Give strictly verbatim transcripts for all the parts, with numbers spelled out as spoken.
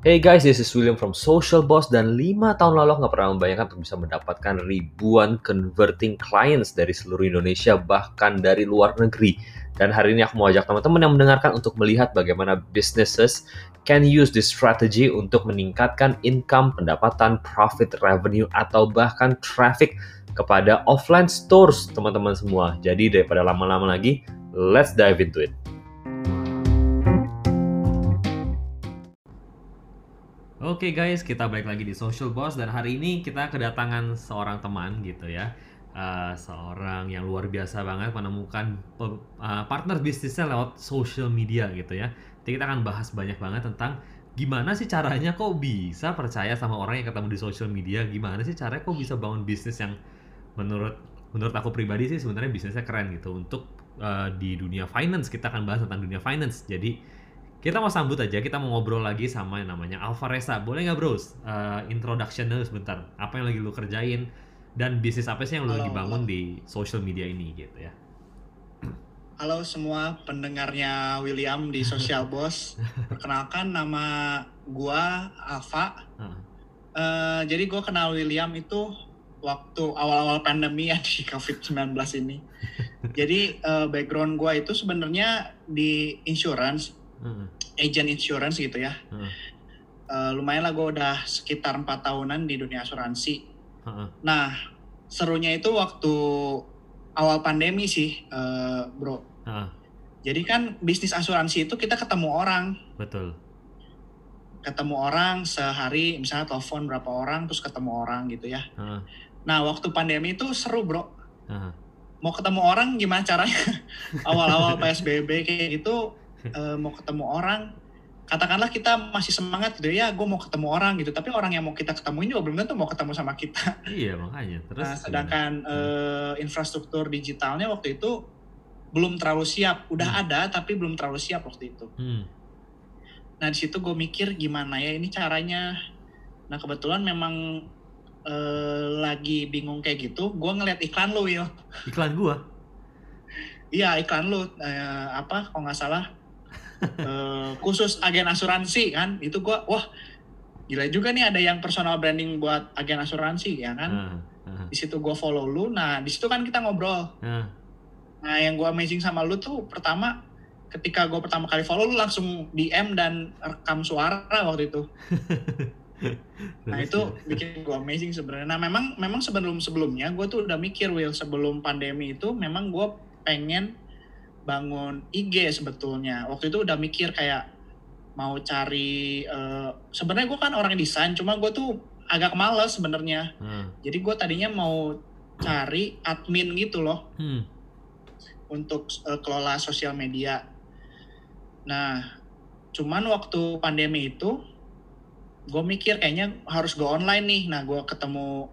Hey guys, this is William from Social Boss dan lima tahun lalu aku nggak pernah membayangkan untuk bisa mendapatkan ribuan converting clients dari seluruh Indonesia bahkan dari luar negeri. Dan hari ini aku mau ajak teman-teman yang mendengarkan untuk melihat bagaimana businesses can use this strategy untuk meningkatkan income, pendapatan, profit, revenue, atau bahkan traffic kepada offline stores teman-teman semua. Jadi daripada lama-lama lagi, let's dive into it. Oke guys, kita balik lagi di Social Boss dan hari ini kita kedatangan seorang teman gitu ya. Uh, seorang yang luar biasa banget menemukan uh, partner bisnisnya lewat social media gitu ya. Jadi kita akan bahas banyak banget tentang gimana sih caranya kok bisa percaya sama orang yang ketemu di social media, gimana sih caranya kok bisa bangun bisnis yang menurut menurut aku pribadi sih sebenarnya bisnisnya keren gitu. Untuk uh, di dunia finance, kita akan bahas tentang dunia finance. Jadi kita mau sambut aja, kita mau ngobrol lagi sama yang namanya Alfa Reza. Boleh nggak bros? Uh, introduction dulu sebentar. Apa yang lagi lu kerjain? Dan bisnis apa sih yang lu Halo, lagi bangun halo. di social media ini gitu ya? Halo semua pendengarnya William di Social Boss. Perkenalkan nama gua Alfa. Uh, Uh, jadi gua kenal William itu waktu awal-awal pandemi ya di covid sembilan belas ini. Jadi uh, background gua itu sebenarnya di insurance, uh, agent insurance gitu ya. uh, Uh, lumayan lah gua udah sekitar empat tahunan di dunia asuransi. uh, Nah, serunya itu waktu awal pandemi sih, uh, bro. uh, Jadi kan bisnis asuransi itu kita ketemu orang, betul. ketemu orang sehari, misalnya telepon berapa orang, terus ketemu orang gitu ya. Uh, Nah, waktu pandemi itu seru bro. uh, Mau ketemu orang gimana caranya? Awal-awal P S B B kayak gitu, uh, mau ketemu orang, katakanlah kita masih semangat gitu ya, gue mau ketemu orang gitu. Tapi orang yang mau kita ketemuin juga belum tentu mau ketemu sama kita. iya makanya. Terus Nah, sedangkan uh, infrastruktur digitalnya waktu itu belum terlalu siap. Udah Hmm. ada, tapi belum terlalu siap waktu itu. Hmm. Nah di situ gue mikir gimana ya ini caranya. Nah kebetulan memang eh, lagi bingung kayak gitu. Gue ngeliat iklan lu Will. Iklan gua? Iya iklan lu eh, apa kalau nggak salah eh, khusus agen asuransi kan. Itu gue wah gila juga nih ada yang personal branding buat agen asuransi ya kan. Uh, uh, Di situ gue follow lu. Nah di situ kan kita ngobrol. uh. Nah yang gue amazing sama lu tuh pertama ketika gue pertama kali follow lu langsung D M dan rekam suara waktu itu. Nah Terus, itu ya. bikin gue amazing sebenarnya. Nah memang memang sebelum sebelumnya gue tuh udah mikir Will sebelum pandemi itu memang gue pengen bangun I G sebetulnya. Waktu itu udah mikir kayak mau cari uh, sebenarnya gue kan orang desain cuma gue tuh agak males sebenarnya. Uh. Jadi gue tadinya mau cari admin gitu loh Hmm. untuk uh, kelola sosial media. Nah, cuman waktu pandemi itu, gue mikir kayaknya harus go online nih. Nah, gue ketemu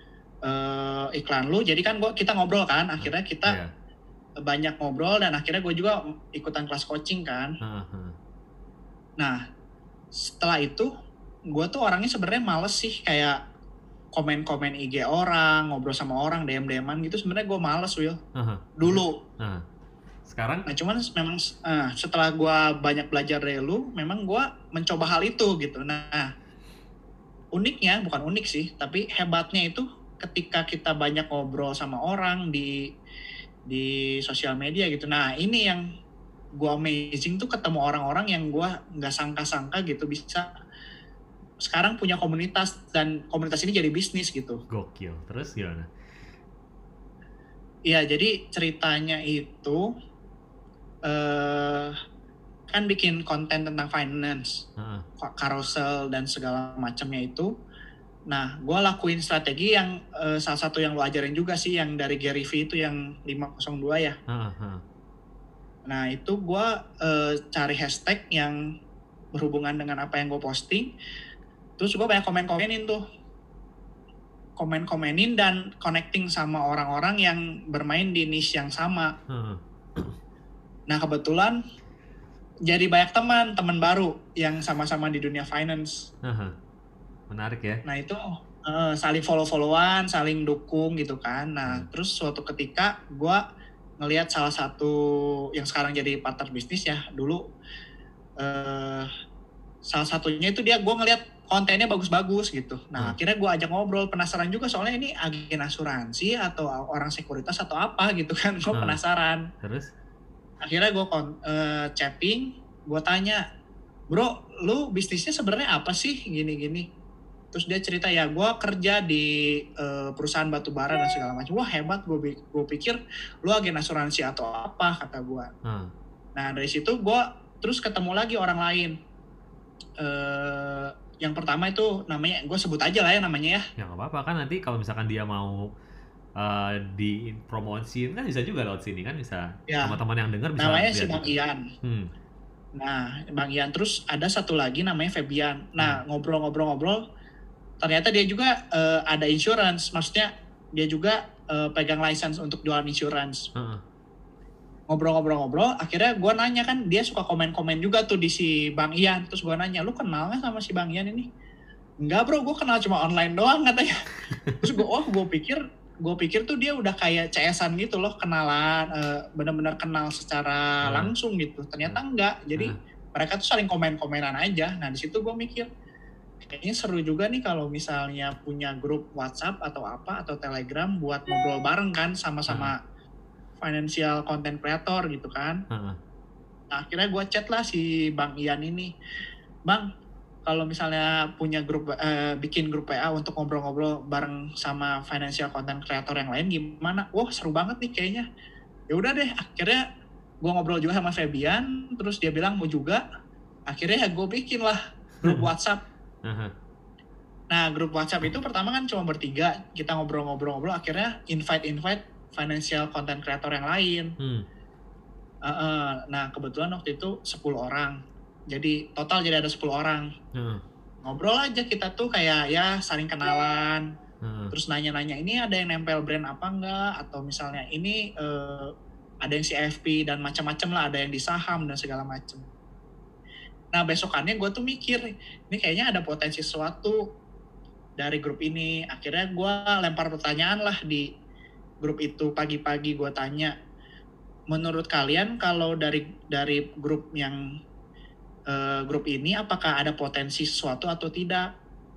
uh, iklan lu, jadi kan gua kita ngobrol kan. Akhirnya kita Yeah. banyak ngobrol dan akhirnya gue juga ikutan kelas coaching kan. Uh, uh. Nah, setelah itu, gue tuh orangnya sebenarnya males sih kayak komen-komen I G orang, ngobrol sama orang, D M D M-an gitu. Sebenarnya gue males Will. Uh, Dulu. uh. Sekarang? Nah cuman memang uh, setelah gue banyak belajar dari lu, memang gue mencoba hal itu gitu. Nah uniknya, bukan unik sih, tapi hebatnya itu ketika kita banyak ngobrol sama orang di di sosial media gitu. Nah ini yang gue amazing tuh ketemu orang-orang yang gue nggak sangka-sangka gitu bisa sekarang punya komunitas dan komunitas ini jadi bisnis gitu. Gokil. Terus gimana? Iya jadi ceritanya itu Uh, kan bikin konten tentang finance, Uh, carousel dan segala macamnya itu. Nah, gue lakuin strategi yang uh, salah satu yang lo ajarin juga sih, yang dari Gary Vee itu yang lima nol dua ya. uh, uh. Nah, itu gue uh, cari hashtag yang berhubungan dengan apa yang gue posting. Terus gue banyak komen-komenin tuh. Komen-komenin dan connecting sama orang-orang yang bermain di niche yang sama. Uh. Nah kebetulan jadi banyak teman, teman baru yang sama-sama di dunia finance. Uh-huh. Menarik ya. Nah itu uh, saling follow-followan, saling dukung gitu kan. Nah hmm. terus suatu ketika gue ngelihat salah satu yang sekarang jadi partner bisnis ya, dulu uh, salah satunya itu dia gue ngeliat kontennya bagus-bagus gitu. Nah Hmm. akhirnya gue ajak ngobrol, penasaran juga soalnya ini agen asuransi atau orang sekuritas atau apa gitu kan, gue Hmm. penasaran. Terus? Akhirnya gue uh, chatting, gue tanya, bro, lu bisnisnya sebenarnya apa sih gini-gini? Terus dia cerita, ya gue kerja di uh, perusahaan batu bara dan segala macam. Wah hebat, gue gue pikir lu agen asuransi atau apa, kata gue. Hmm. Nah dari situ gue terus ketemu lagi orang lain. Uh, yang pertama itu namanya, gue sebut aja lah ya namanya ya. Ya nggak apa-apa kan, nanti kalau misalkan dia mau uh, dipromosiin kan bisa juga lewat sini kan, bisa ya, teman-teman yang dengar bisa. Namanya si Bang Ian. Hmm. Nah Bang Ian, terus ada satu lagi namanya Febian. Nah ngobrol-ngobrol-ngobrol, ternyata dia juga uh, ada insurance, maksudnya dia juga uh, pegang license untuk jualan insurance. Uh-uh. Ngobrol-ngobrol-ngobrol, akhirnya gue nanya kan, dia suka komen-komen juga tuh di si Bang Ian. Terus gue nanya, lu kenal gak sama si Bang Ian ini? Enggak bro, gue kenal cuma online doang katanya. Terus gue, oh gue pikir, gue pikir tuh dia udah kayak C S-an gitu loh, kenalan, uh, benar-benar kenal secara uh. langsung gitu. Ternyata enggak, jadi uh. mereka tuh saling komen-komenan aja. Nah di situ gue mikir, kayaknya seru juga nih kalau misalnya punya grup WhatsApp atau apa atau Telegram buat ngobrol bareng kan sama-sama uh. financial content creator gitu kan. Uh. Nah, akhirnya gue chat lah si Bang Ian ini, Bang, kalau misalnya punya grup uh, bikin grup W A untuk ngobrol-ngobrol bareng sama financial content creator yang lain gimana? Wah seru banget nih kayaknya. Ya udah deh, akhirnya gue ngobrol juga sama Febian, terus dia bilang mau juga. Akhirnya ya gue bikin lah grup WhatsApp. Uh-huh. Nah grup WhatsApp itu pertama kan cuma bertiga, kita ngobrol-ngobrol-ngobrol, akhirnya invite-invite financial content creator yang lain. Hmm. Uh, uh, nah kebetulan waktu itu sepuluh orang, jadi total jadi ada sepuluh orang. Hmm. Ngobrol aja kita tuh kayak ya saling kenalan, hmm. terus nanya-nanya ini ada yang nempel brand apa enggak, atau misalnya ini uh, ada yang C F P dan macam-macam lah, ada yang di saham dan segala macam. Nah besokannya gue tuh mikir, ini kayaknya ada potensi sesuatu dari grup ini. Akhirnya gue lempar pertanyaan lah di grup itu, pagi-pagi gue tanya, menurut kalian kalau dari dari grup yang uh, grup ini apakah ada potensi sesuatu atau tidak?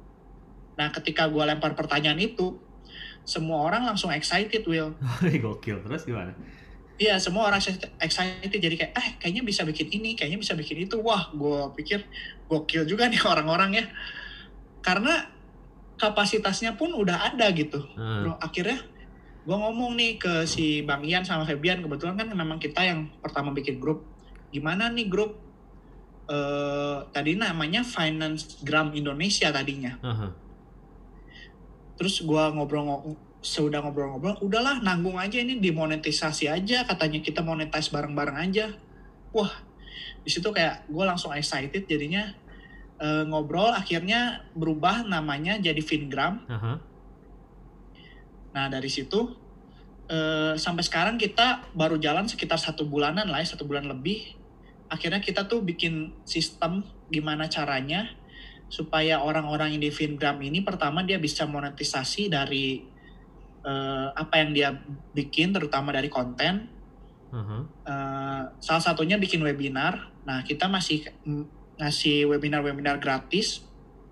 Nah ketika gue lempar pertanyaan itu, semua orang langsung excited, Will. Gokil, terus gimana? Iya, semua orang excited, jadi kayak, eh kayaknya bisa bikin ini, kayaknya bisa bikin itu. Wah, gue pikir gokil juga nih orang-orang ya. Karena kapasitasnya pun udah ada gitu. Hmm. Bro, akhirnya gue ngomong nih ke si Bang Ian sama Febian, kebetulan kan memang kita yang pertama bikin grup. Gimana nih grup? Uh, tadi namanya Finance Gram Indonesia tadinya. Uh-huh. Terus gue ngobrol-ngobrol, sudah ngobrol-ngobrol, udahlah nanggung aja ini, dimonetisasi aja, katanya kita monetize bareng-bareng aja. Wah, di situ kayak gue langsung excited jadinya, e, ngobrol, akhirnya berubah namanya jadi Fingram. Uh-huh. Nah dari situ e, sampai sekarang kita baru jalan sekitar satu bulanan lah, satu bulan lebih. Akhirnya kita tuh bikin sistem gimana caranya supaya orang-orang yang di Fingram ini pertama dia bisa monetisasi dari Uh, apa yang dia bikin, terutama dari konten. Uh-huh. Uh, salah satunya bikin webinar. Nah kita masih m- ngasih webinar-webinar gratis,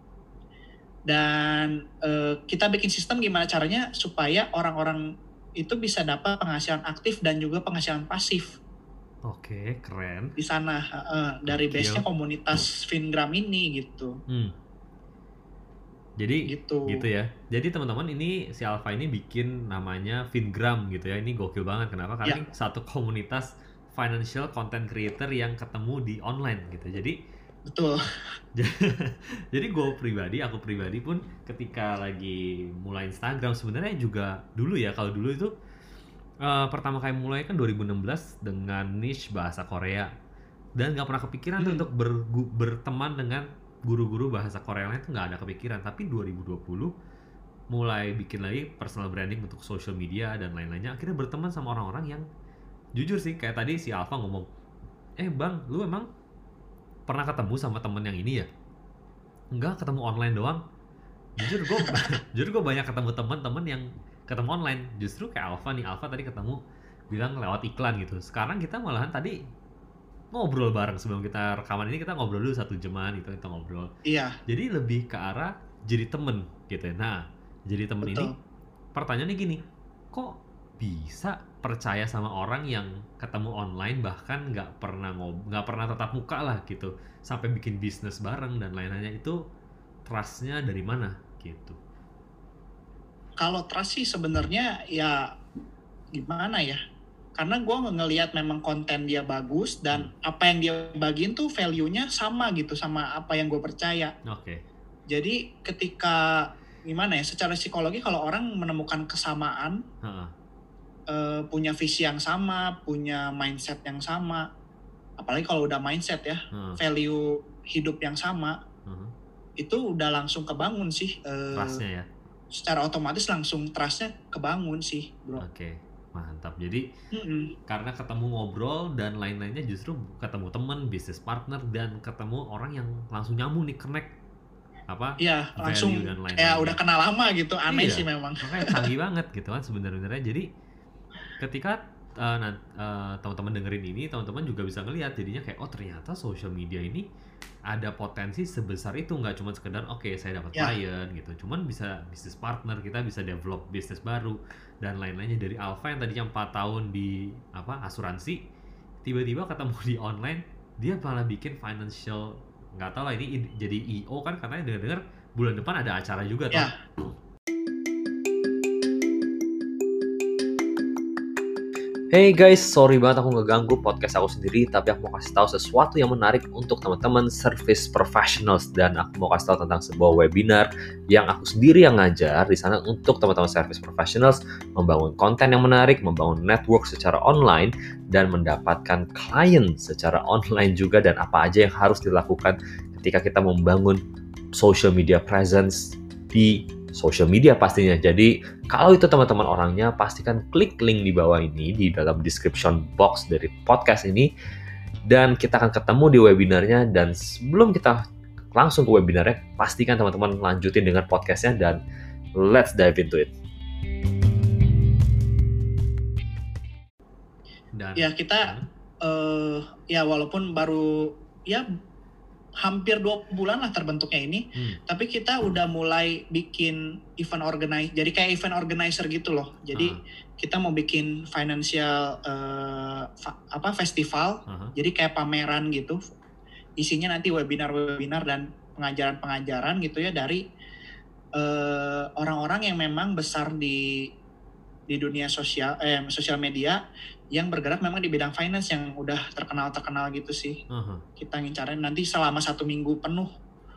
dan uh, kita bikin sistem gimana caranya supaya orang-orang itu bisa dapat penghasilan aktif dan juga penghasilan pasif. Oke, keren. Di sana uh, dari base-nya komunitas Fingram ini gitu. Hmm. Jadi gitu. gitu ya. Jadi teman-teman, ini si Alpha ini bikin namanya Fingram gitu ya. Ini gokil banget. Kenapa? Karena ya. Ini satu komunitas financial content creator yang ketemu di online gitu. Jadi betul. Jadi gue pribadi, aku pribadi pun ketika lagi mulai Instagram sebenarnya juga dulu ya. Kalau dulu itu uh, pertama kali mulai kan dua ribu enam belas dengan niche bahasa Korea, dan nggak pernah kepikiran hmm. tuh untuk ber, berteman dengan guru-guru bahasa Korea lain, itu nggak ada kepikiran. Tapi dua ribu dua puluh mulai bikin lagi personal branding untuk social media dan lain-lainnya, akhirnya berteman sama orang-orang yang jujur sih, kayak tadi si Alpha ngomong, eh bang, lu emang pernah ketemu sama temen yang ini ya? Enggak, ketemu online doang. Jujur gue jujur gue banyak ketemu teman-teman yang ketemu online. Justru kayak Alpha nih, Alpha tadi ketemu bilang lewat iklan gitu. Sekarang kita malahan tadi ngobrol bareng sebelum kita rekaman ini, kita ngobrol dulu satu jaman gitu, kita ngobrol. Iya. Jadi lebih ke arah jadi temen gitu ya. Nah, jadi temen ini Betul. pertanyaannya gini, kok bisa percaya sama orang yang ketemu online bahkan nggak pernah ngob nggak pernah tatap muka lah gitu, sampai bikin bisnis bareng dan lain-lainnya, itu trust-nya dari mana gitu? Kalau trust sih sebenarnya ya gimana ya? Karena gue ngelihat memang konten dia bagus dan apa yang dia bagiin tuh value-nya sama gitu sama apa yang gue percaya. Oke. Jadi ketika gimana ya? Secara psikologi kalau orang menemukan kesamaan, Heeh. eh, punya visi yang sama, punya mindset yang sama, apalagi kalau udah mindset ya, Heeh. value hidup yang sama, Heeh. itu udah langsung kebangun sih. eh, Trust-nya ya. Secara otomatis langsung trust-nya kebangun sih, bro. Oke, mantap. Jadi Mm-mm. karena ketemu ngobrol dan lain-lainnya, justru ketemu temen, bisnis partner, dan ketemu orang yang langsung nyambung nih, connect apa Iya, langsung value dan kayak lain-lainnya. udah kenal lama gitu, aneh Iya, sih memang. makanya canggih banget gitu kan sebenarnya. Jadi ketika uh, nah, uh, teman-teman dengerin ini, teman-teman juga bisa ngelihat jadinya kayak, oh ternyata social media ini ada potensi sebesar itu, nggak cuma sekedar oke okay, saya dapat Ya. klien gitu, cuman bisa bisnis partner, kita bisa develop bisnis baru dan lain-lainnya. Dari Alfa yang tadinya empat tahun di apa asuransi, tiba-tiba ketemu di online, dia malah bikin financial, nggak tahu lah ini i- jadi I O kan, katanya dengar-dengar bulan depan ada acara juga toh. Ya. Hey guys, sorry banget aku ngeganggu podcast aku sendiri, tapi aku mau kasih tahu sesuatu yang menarik untuk teman-teman service professionals, dan aku mau kasih tahu tentang sebuah webinar yang aku sendiri yang ngajar di sana untuk teman-teman service professionals membangun konten yang menarik, membangun network secara online, dan mendapatkan klien secara online juga, dan apa aja yang harus dilakukan ketika kita membangun social media presence di social media pastinya. Jadi kalau itu teman-teman orangnya, pastikan klik link di bawah ini di dalam description box dari podcast ini, dan kita akan ketemu di webinarnya. Dan sebelum kita langsung ke webinarnya, pastikan teman-teman lanjutin dengan podcastnya, dan let's dive into it. Dan Ya kita eh ya walaupun baru ya hampir dua bulan lah terbentuknya ini, hmm. tapi kita udah mulai bikin event organize, jadi kayak event organizer gitu loh. Jadi Ah. kita mau bikin financial eh, fa- apa festival, Aha. jadi kayak pameran gitu. Isinya nanti webinar-webinar dan pengajaran-pengajaran gitu ya dari eh, orang-orang yang memang besar di di dunia sosial eh sosial media yang bergerak memang di bidang finance yang udah terkenal-terkenal gitu sih. Aha. Kita ngincarin nanti selama satu minggu penuh.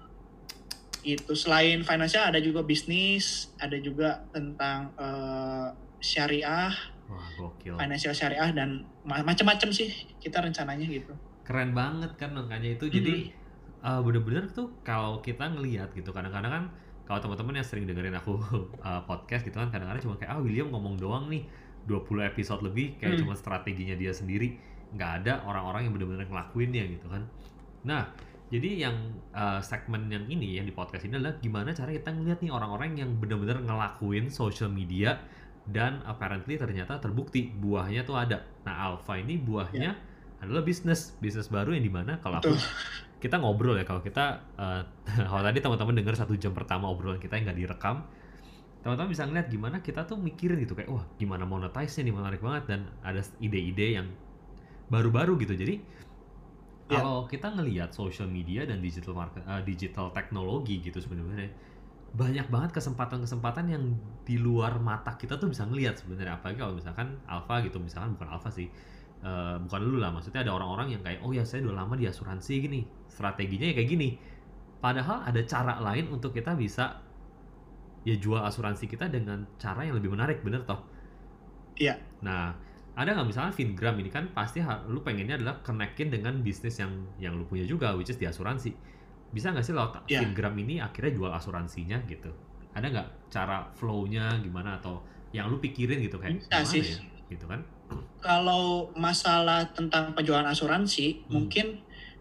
Itu selain financial ada juga bisnis, ada juga tentang eh, syariah, Wah, gokil. financial syariah dan ma- macam-macam sih kita rencananya gitu. Keren banget kan makanya itu. Jadi uh, bener-bener tuh kalau kita ngelihat gitu, kadang-kadang kan kalau teman-teman yang sering dengerin aku uh, podcast gitu kan, kadang-kadang cuma kayak ah William ngomong doang nih dua puluh episode lebih kayak Hmm. cuma strateginya dia sendiri, nggak ada orang-orang yang bener-bener ngelakuinnya gitu kan. Nah, jadi yang uh, segmen yang ini yang di podcast ini adalah gimana cara kita ngeliat nih orang-orang yang bener-bener ngelakuin social media dan apparently ternyata terbukti buahnya tuh ada. Nah, Alpha ini buahnya adalah bisnis, bisnis baru yang dimana kalau aku Betul. kita ngobrol ya, kalau kita uh, kalau tadi teman-teman dengar satu jam pertama obrolan kita yang nggak direkam, teman-teman bisa ngeliat gimana kita tuh mikirin gitu kayak wah gimana monetize-nya nih, menarik banget, dan ada ide-ide yang baru-baru gitu. Jadi Ya. kalau kita ngelihat social media dan digital market, uh, digital teknologi gitu sebenarnya banyak banget kesempatan-kesempatan yang di luar mata kita tuh bisa ngelihat sebenarnya. Apalagi kalau misalkan Alpha gitu, misalkan bukan Alpha sih, uh, bukan dulu lah, maksudnya ada orang-orang yang kayak oh ya saya udah lama di asuransi gini, strateginya ya kayak gini, padahal ada cara lain untuk kita bisa ya jual asuransi kita dengan cara yang lebih menarik, bener toh? Iya. Nah, ada nggak misalnya Fingram ini kan pasti ha- lu pengennya adalah connectin dengan bisnis yang yang lu punya juga, which is di asuransi. Bisa nggak sih lewat Iya. Fingram ini akhirnya jual asuransinya gitu? Ada nggak cara flow-nya gimana, atau yang lu pikirin gitu kayak Bisa gimana sih. ya gitu kan? Kalau masalah tentang penjualan asuransi, Hmm. mungkin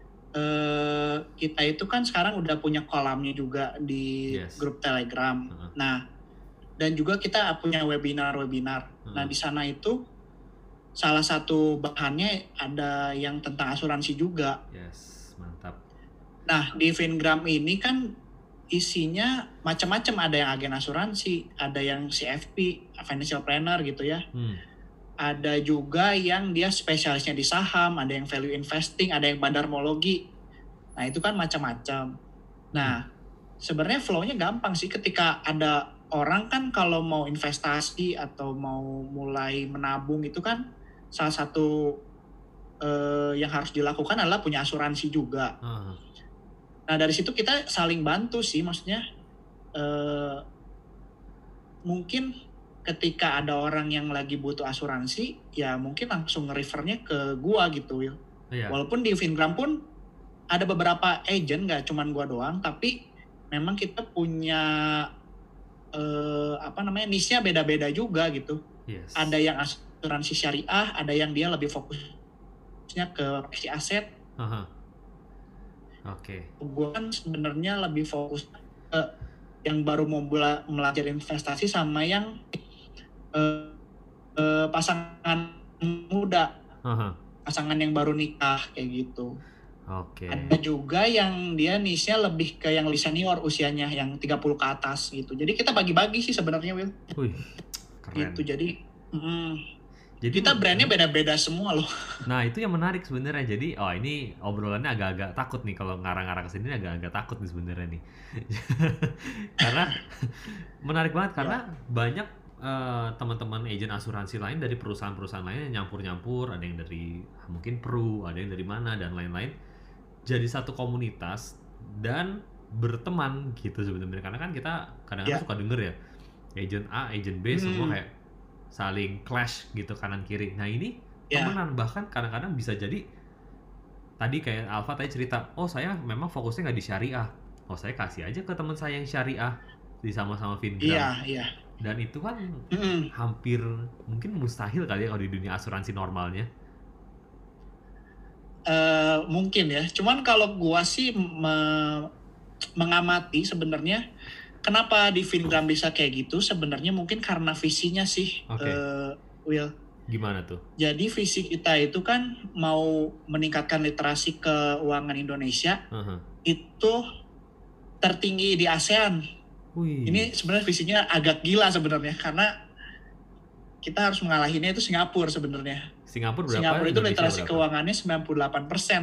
eh, kita itu kan sekarang udah punya kolamnya juga di Yes. grup Telegram. Heeh. Nah, dan juga kita punya webinar-webinar. Nah, Hmm. di sana itu salah satu bahannya ada yang tentang asuransi juga. Yes, mantap. Nah, di Fingram ini kan isinya macam-macam, ada yang agen asuransi, ada yang C F P, financial planner gitu ya. Hmm. Ada juga yang dia spesialisnya di saham, ada yang value investing, ada yang bandarmologi. Nah, itu kan macam-macam. Nah, sebenarnya flow-nya gampang sih ketika ada orang kan kalau mau investasi atau mau mulai menabung itu kan salah satu eh, yang harus dilakukan adalah punya asuransi juga. Ah. Nah, dari situ kita saling bantu sih, maksudnya eh, mungkin ketika ada orang yang lagi butuh asuransi, ya mungkin langsung nge-refernya ke gua gitu, Will. Iya. Walaupun di Fingram pun ada beberapa agent, nggak cuman gua doang, tapi memang kita punya eh, apa namanya niche-nya beda-beda juga gitu. Yes. Ada yang asuransi syariah, ada yang dia lebih fokusnya ke proteksi aset. Aha. Oke. Gue kan sebenarnya lebih fokus ke yang baru mau bela- belajar investasi sama yang eh, eh, pasangan muda, Aha. pasangan yang baru nikah kayak gitu. Oke. Ada juga yang dia niche-nya lebih ke yang lebih senior usianya, yang tiga puluh ke atas gitu. Jadi kita bagi-bagi sih sebenarnya, Will. Wih, keren. Gitu. Jadi mm, Jadi kita brandnya beda-beda semua loh. Nah, itu yang menarik sebenarnya. Jadi, oh ini obrolannya agak-agak takut nih kalau ngarang-ngarang kesini, agak-agak takut nih sebenarnya nih. Karena menarik banget karena banyak eh, teman-teman agent asuransi lain dari perusahaan-perusahaan lain yang nyampur-nyampur, ada yang dari mungkin Pru, ada yang dari mana dan lain-lain. Jadi satu komunitas dan berteman gitu sebenarnya. Karena kan kita kadang-kadang Ya. suka denger ya, agent A, agent B semua Hmm. kayak saling clash gitu kanan kiri. Nah ini Ya. temenan, bahkan kadang-kadang bisa jadi tadi kayak Alfa tadi cerita, oh saya memang fokusnya nggak di syariah, oh saya kasih aja ke teman saya yang syariah di sama-sama Fingram. Iya, iya. Dan itu kan Mm-mm. hampir mungkin mustahil kali ya kalau di dunia asuransi normalnya. Eh, mungkin ya. Cuman kalau gua sih me- mengamati sebenarnya kenapa di Fingram bisa kayak gitu, sebenarnya mungkin karena visinya sih, Oke. eh, Will. Gimana tuh? Jadi visi kita itu kan mau meningkatkan literasi keuangan Indonesia Aha. itu tertinggi di ASEAN. Wih. Ini sebenarnya visinya agak gila sebenarnya karena kita harus mengalahinya itu Singapura sebenarnya. Singapura berapa? Singapura itu Indonesia literasi berapa? keuangannya sembilan puluh delapan persen.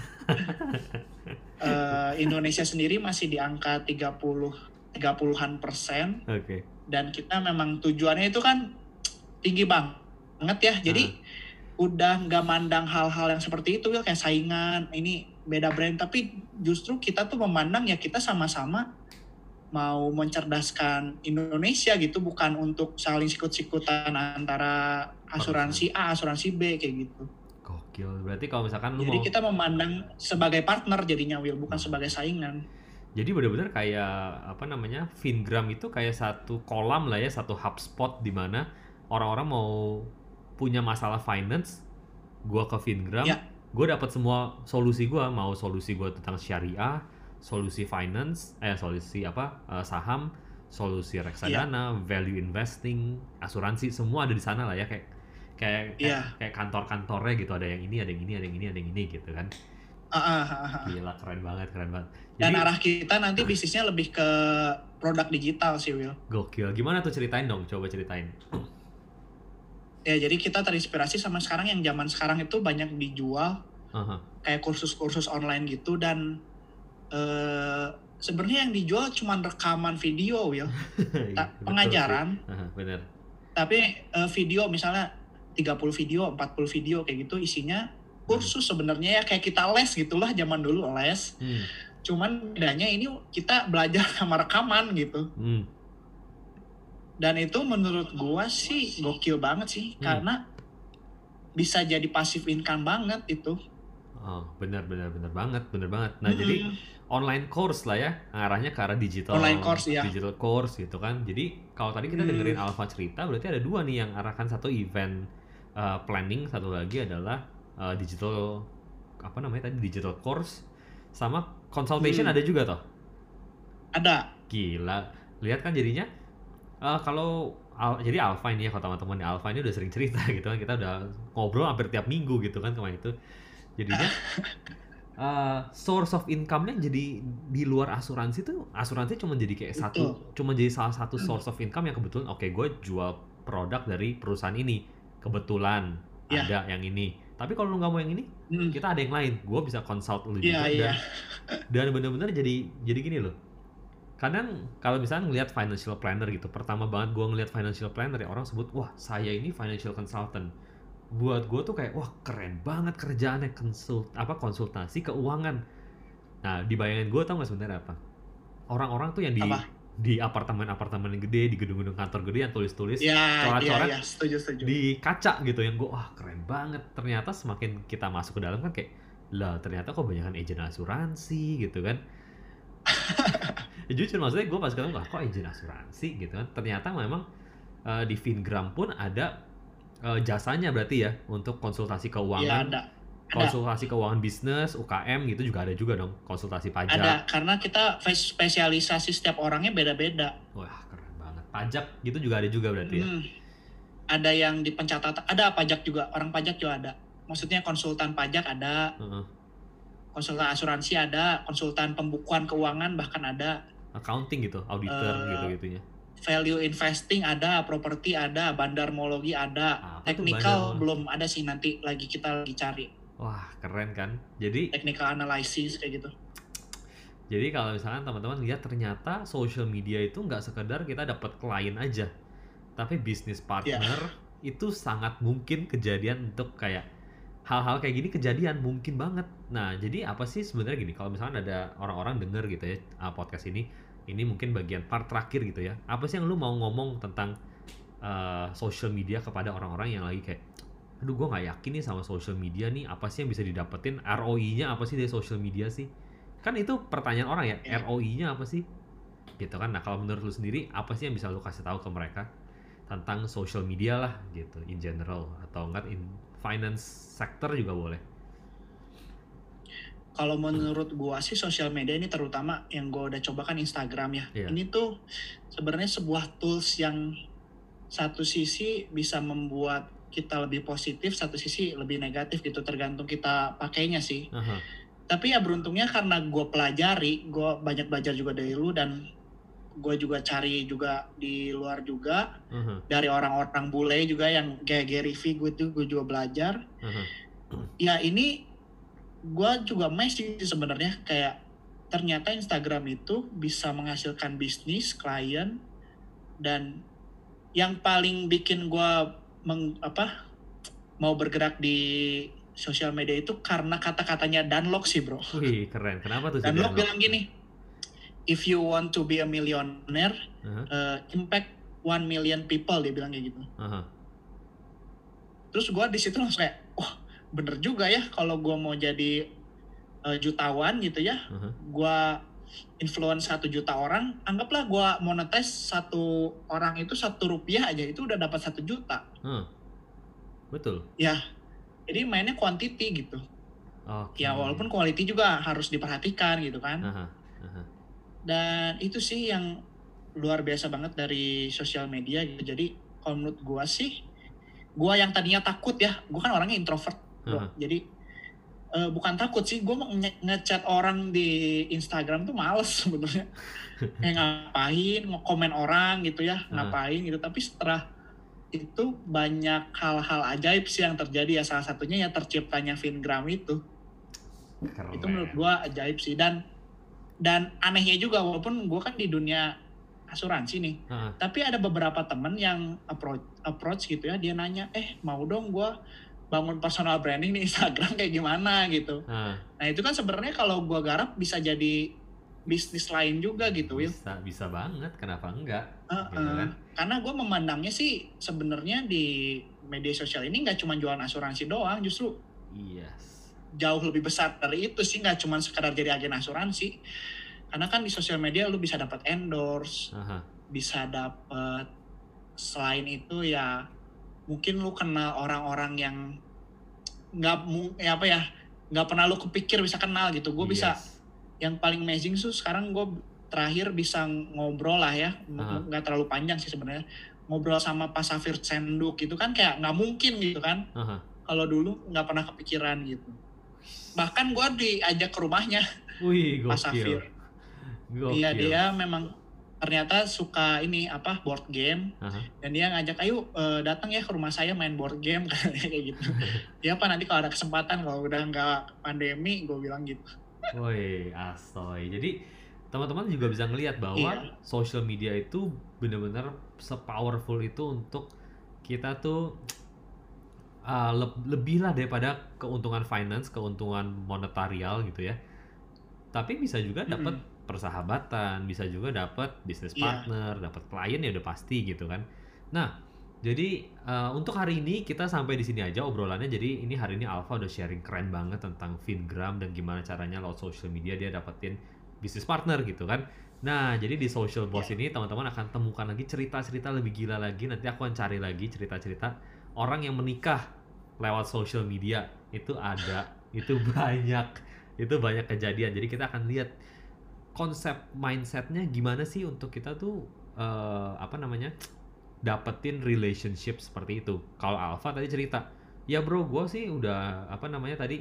Eh, Indonesia sendiri masih di angka tiga puluh tiga puluhan persen Oke. dan kita memang tujuannya itu kan tinggi banget ya. Jadi udah nggak mandang hal-hal yang seperti itu ya, kayak saingan, ini beda brand, tapi justru kita tuh memandang ya kita sama-sama mau mencerdaskan Indonesia gitu, bukan untuk saling sikut-sikutan antara asuransi A, asuransi B kayak gitu. Gokil. Berarti kalau misalkan lu Jadi mau kita memandang sebagai partner jadinya, Will, bukan sebagai saingan. Jadi benar-benar kayak apa namanya, Fingram itu kayak satu kolam lah ya, satu hubspot di mana orang-orang mau punya masalah finance, gua ke Fingram, Ya. gua dapat semua solusi gua, mau solusi gua tentang syariah, solusi finance, eh solusi apa eh, saham, solusi reksadana, value investing, asuransi, semua ada di sana lah ya, kayak kayak kayak, Iya. kayak kantor-kantornya gitu, ada yang ini, ada yang ini, ada yang ini, ada yang ini gitu kan. Ah, ah, ah, ah. Gila, keren banget, keren banget. Dan Jadi arah kita nanti bisnisnya lebih ke produk digital sih, Will. gokil. Gimana tuh, ceritain dong, coba ceritain. Ya, jadi kita terinspirasi sama sekarang yang zaman sekarang itu banyak dijual Aha. kayak kursus-kursus online gitu, dan eh, sebenarnya yang dijual cuma rekaman video, Will. Betul Ta- sih. pengajaran, Aha, bener. tapi eh, video misalnya tiga puluh video, empat puluh video kayak gitu isinya kursus sebenarnya ya, kayak kita les gitulah, zaman dulu les. Hmm. Cuman bedanya ini kita belajar sama rekaman gitu. Hmm. Dan itu menurut gua sih gokil banget sih, Hmm. karena bisa jadi passive income banget itu. Oh, benar benar benar banget, benar banget. Nah, Mm-mm. jadi online course lah ya, arahnya ke arah digital. Online course, ya. Digital course gitu kan. Jadi kalau tadi kita Hmm. dengerin Alfa cerita, berarti ada dua nih yang arahkan, satu event uh, planning, satu lagi adalah uh, digital apa namanya tadi, digital course, sama consultation Hmm. ada juga toh. Ada. Gila, lihat kan jadinya uh, kalau Al- jadi Alfa ini ya, kalau teman-teman di Alfa ini udah sering cerita gitu kan, kita udah ngobrol hampir tiap minggu gitu kan kemarin itu. Jadinya uh, source of income-nya jadi di luar asuransi tuh, asuransi cuma jadi kayak satu, Betul. cuma jadi salah satu source of income yang kebetulan oke gue jual produk dari perusahaan ini, kebetulan Ya. ada yang ini. Tapi kalau lu nggak mau yang ini, Hmm. kita ada yang lain. Gue bisa consult lu Iya, juga iya. dan dan bener-bener jadi jadi gini loh. Kadang kalau misalnya ngelihat financial planner gitu, pertama banget gue ngelihat financial planner ya orang sebut, wah saya ini financial consultant. Buat gue tuh kayak, wah keren banget kerjaannya, konsult apa konsultasi keuangan. Nah di bayangan gue tau nggak sebenarnya apa? Orang-orang tuh yang di Apa? di apartemen-apartemen yang gede, di gedung-gedung kantor gede yang tulis-tulis Ya, iya, coret-coret iya, setuju, setuju. di kaca gitu, yang gue wah keren banget. Ternyata semakin kita masuk ke dalam kan kayak, lah ternyata kok banyakan agent asuransi gitu kan. Ya, jujur maksudnya gue pas ketemu, kok agent asuransi gitu kan, ternyata memang uh, di Fingram pun ada uh, jasanya berarti ya untuk konsultasi Iya, keuangan, ada. Ada. konsultasi keuangan bisnis, U K M gitu juga ada juga dong, konsultasi pajak. Ada, karena kita face- spesialisasi setiap orangnya beda-beda. Wah keren banget, pajak gitu juga ada juga berarti ya. Hmm. Ada yang di pencatatan, ada pajak juga, orang pajak juga ada. Maksudnya konsultan pajak ada, Heeh. konsultan asuransi ada, konsultan pembukuan keuangan bahkan ada, Accounting gitu, auditor Eh, gitu-gitunya. value investing ada, properti ada, bandarmologi ada, Apa tuh technical bandarmologi? belum ada sih, nanti lagi kita lagi cari Wah keren kan. Jadi technical analysis kayak gitu. Jadi kalau misalkan teman-teman lihat, ternyata social media itu nggak sekedar kita dapat klien aja, tapi bisnis partner itu sangat mungkin kejadian untuk kayak hal-hal kayak gini kejadian mungkin banget. Nah jadi apa sih sebenarnya gini, kalau misalkan ada orang-orang denger gitu ya uh, podcast ini, ini mungkin bagian part terakhir gitu ya. Apa sih yang lu mau ngomong tentang uh, social media kepada orang-orang yang lagi kayak, aduh gue nggak yakin nih sama social media nih, apa sih yang bisa didapetin, R O I-nya apa sih dari social media sih? Kan itu pertanyaan orang ya, Ya. R O I-nya apa sih? Gitu kan. Nah kalau menurut lu sendiri, apa sih yang bisa lu kasih tahu ke mereka tentang social media lah gitu, in general, atau enggak in finance sector juga boleh. Kalau menurut gua sih sosial media ini, terutama yang gua udah coba kan Instagram ya. Iya. Ini tuh sebenarnya sebuah tools yang satu sisi bisa membuat kita lebih positif, satu sisi lebih negatif gitu, tergantung kita pakainya sih. Aha. Tapi ya beruntungnya karena gua pelajari, gua banyak belajar juga dari lu, dan gua juga cari juga di luar juga, Aha. dari orang-orang bule juga yang kayak Gary V, gue tuh gue juga belajar. Aha. Ya ini gue juga amazing sih sebenarnya, kayak ternyata Instagram itu bisa menghasilkan bisnis, klien, dan yang paling bikin gue meng, apa mau bergerak di sosial media itu karena kata-katanya Dunlop sih bro. Wih keren, kenapa tuh si Dunlop Dunlop? bilang gini, if you want to be a millionaire, Aha. uh, impact one million people, dia bilang kayak gitu. Aha. Terus gue di situ langsung kayak, wah bener juga ya, kalau gue mau jadi uh, jutawan gitu ya, Aha. gue influence satu juta orang, anggaplah gue monetize satu orang itu satu rupiah aja, itu udah dapat satu juta. Huh. Betul. Ya, jadi mainnya quantity gitu. Oke. Ya walaupun quality juga harus diperhatikan gitu kan. Aha. Aha. Dan itu sih yang luar biasa banget dari sosial media gitu. Jadi kalau menurut gue sih, gue yang tadinya takut ya, gue kan orangnya introvert bro. Aha. Jadi uh, bukan takut sih, gue mau nge- ngechat orang di Instagram tuh males sebenarnya. Kayak ngapain, nge-komen orang gitu ya, Aha. ngapain gitu. Tapi setelah itu banyak hal-hal ajaib sih yang terjadi ya. Salah satunya ya terciptanya Fingram itu. Keren. Itu menurut gue ajaib sih. Dan dan anehnya juga, walaupun gue kan di dunia asuransi nih, Aha. tapi ada beberapa temen yang approach approach gitu ya, dia nanya, eh mau dong gue bangun personal branding di Instagram kayak gimana gitu. Ah, Nah itu kan sebenarnya kalau gue garap bisa jadi bisnis lain juga gitu, Will. bisa bisa banget, kenapa enggak? Uh-uh. Gitu kan? Karena gue memandangnya sih sebenarnya di media sosial ini nggak cuma jualan asuransi doang, justru Yes. jauh lebih besar dari itu sih, nggak cuma sekadar jadi agen asuransi. Karena kan di sosial media lu bisa dapat endorse, Aha. bisa dapat, selain itu ya mungkin lu kenal orang-orang yang nggak mu- ya apa ya nggak pernah lu kepikir bisa kenal gitu. Gue bisa, Yes. yang paling amazing tuh sekarang gue terakhir bisa ngobrol lah ya, Aha. nggak terlalu panjang sih sebenarnya, ngobrol sama Pak Safir Senduk gitu kan kayak nggak mungkin gitu kan. Aha. Kalau dulu nggak pernah kepikiran gitu. Bahkan gue diajak ke rumahnya Wih, Pak gokil. Safir. Iya, Gokil. dia memang ternyata suka ini apa board game. Aha. Dan dia ngajak, ayo eh, datang ya ke rumah saya main board game kayak gitu. Dia apa nanti kalau ada kesempatan, kalau udah nggak pandemi, gue bilang gitu. Woi, asoy. Jadi teman-teman juga bisa ngelihat bahwa Iya. social media itu benar-benar se-powerful itu untuk kita tuh uh, le- lebih lah daripada keuntungan finance, keuntungan monetarial gitu ya. Tapi bisa juga dapat Mm-mm. persahabatan, bisa juga dapat business Iya. partner, dapat klien ya udah pasti gitu kan. Nah, jadi uh, untuk hari ini kita sampai di sini aja obrolannya. Jadi ini hari ini Alfa udah sharing keren banget tentang Fingram dan gimana caranya lewat social media dia dapetin business partner gitu kan. Nah, jadi di Social Boss Iya. ini teman-teman akan temukan lagi cerita-cerita lebih gila lagi. Nanti aku akan cari lagi cerita-cerita orang yang menikah lewat social media. Itu ada, itu banyak, itu banyak kejadian. Jadi kita akan lihat konsep mindsetnya gimana sih untuk kita tuh eh, apa namanya dapetin relationship seperti itu. Kalau Alfa tadi cerita, ya bro, gue sih udah apa namanya tadi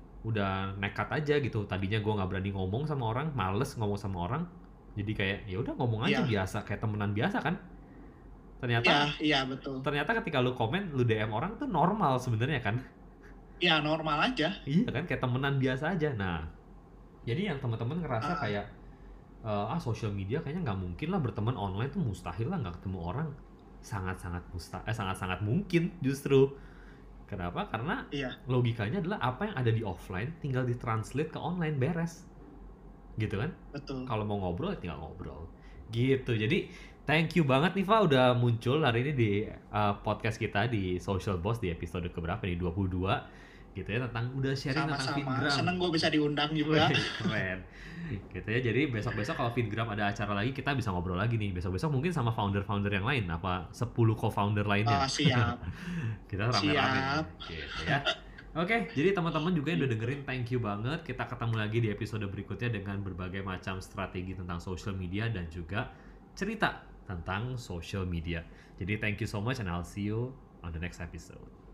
udah nekat aja gitu. Tadinya gue nggak berani ngomong sama orang, males ngomong sama orang. Jadi kayak ya udah ngomong aja Iya. biasa kayak temenan biasa kan. Ternyata Iya, iya betul. ternyata ketika lu komen, lu D M orang tuh normal sebenarnya kan. Iya, normal aja. Iya kan kayak temenan biasa aja. Nah, jadi yang teman-teman ngerasa Ah. kayak eh, ah social media kayaknya nggak mungkin lah berteman online tuh mustahil lah nggak ketemu orang. Sangat-sangat mustahil, eh, sangat-sangat mungkin justru. Kenapa? Karena Iya. logikanya adalah apa yang ada di offline tinggal ditranslate ke online beres. Gitu kan? Betul. Kalau mau ngobrol tinggal ngobrol. Gitu. Jadi thank you banget nih Fa udah muncul hari ini di uh, podcast kita di Social Boss di episode keberapa nih? dua puluh dua gitu ya, tentang udah sharing tentang Sama-sama. Fingram. Seneng gue bisa diundang juga. Wih, keren. Gitu ya. Jadi besok-besok kalau Fingram ada acara lagi kita bisa ngobrol lagi nih. Besok-besok mungkin sama founder-founder yang lain, apa sepuluh co-founder lainnya. Oh, siap. Kita rame-rame Siap. nih, gitu ya. Oke, jadi teman-teman juga yang udah dengerin, thank you banget. Kita ketemu lagi di episode berikutnya dengan berbagai macam strategi tentang social media dan juga cerita tentang social media. Jadi thank you so much and I'll see you on the next episode.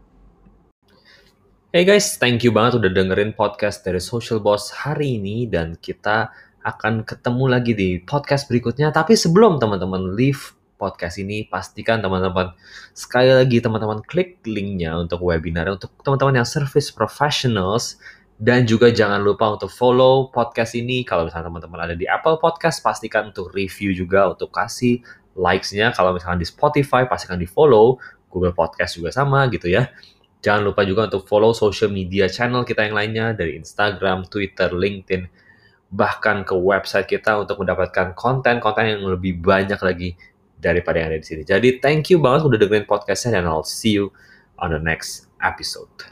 Hey guys, thank you banget udah dengerin podcast dari Social Boss hari ini dan kita akan ketemu lagi di podcast berikutnya. Tapi sebelum teman-teman leave podcast ini, pastikan teman-teman sekali lagi teman-teman klik linknya untuk webinar untuk teman-teman yang service professionals dan juga jangan lupa untuk follow podcast ini. Kalau misalnya teman-teman ada di Apple Podcast, pastikan untuk review juga, untuk kasih likes-nya. Kalau misalnya di Spotify, pastikan di follow. Google Podcast juga sama gitu ya. Jangan lupa juga untuk follow social media channel kita yang lainnya dari Instagram, Twitter, LinkedIn, bahkan ke website kita untuk mendapatkan konten-konten yang lebih banyak lagi daripada yang ada di sini. Jadi thank you banget udah dengerin podcastnya dan I'll see you on the next episode.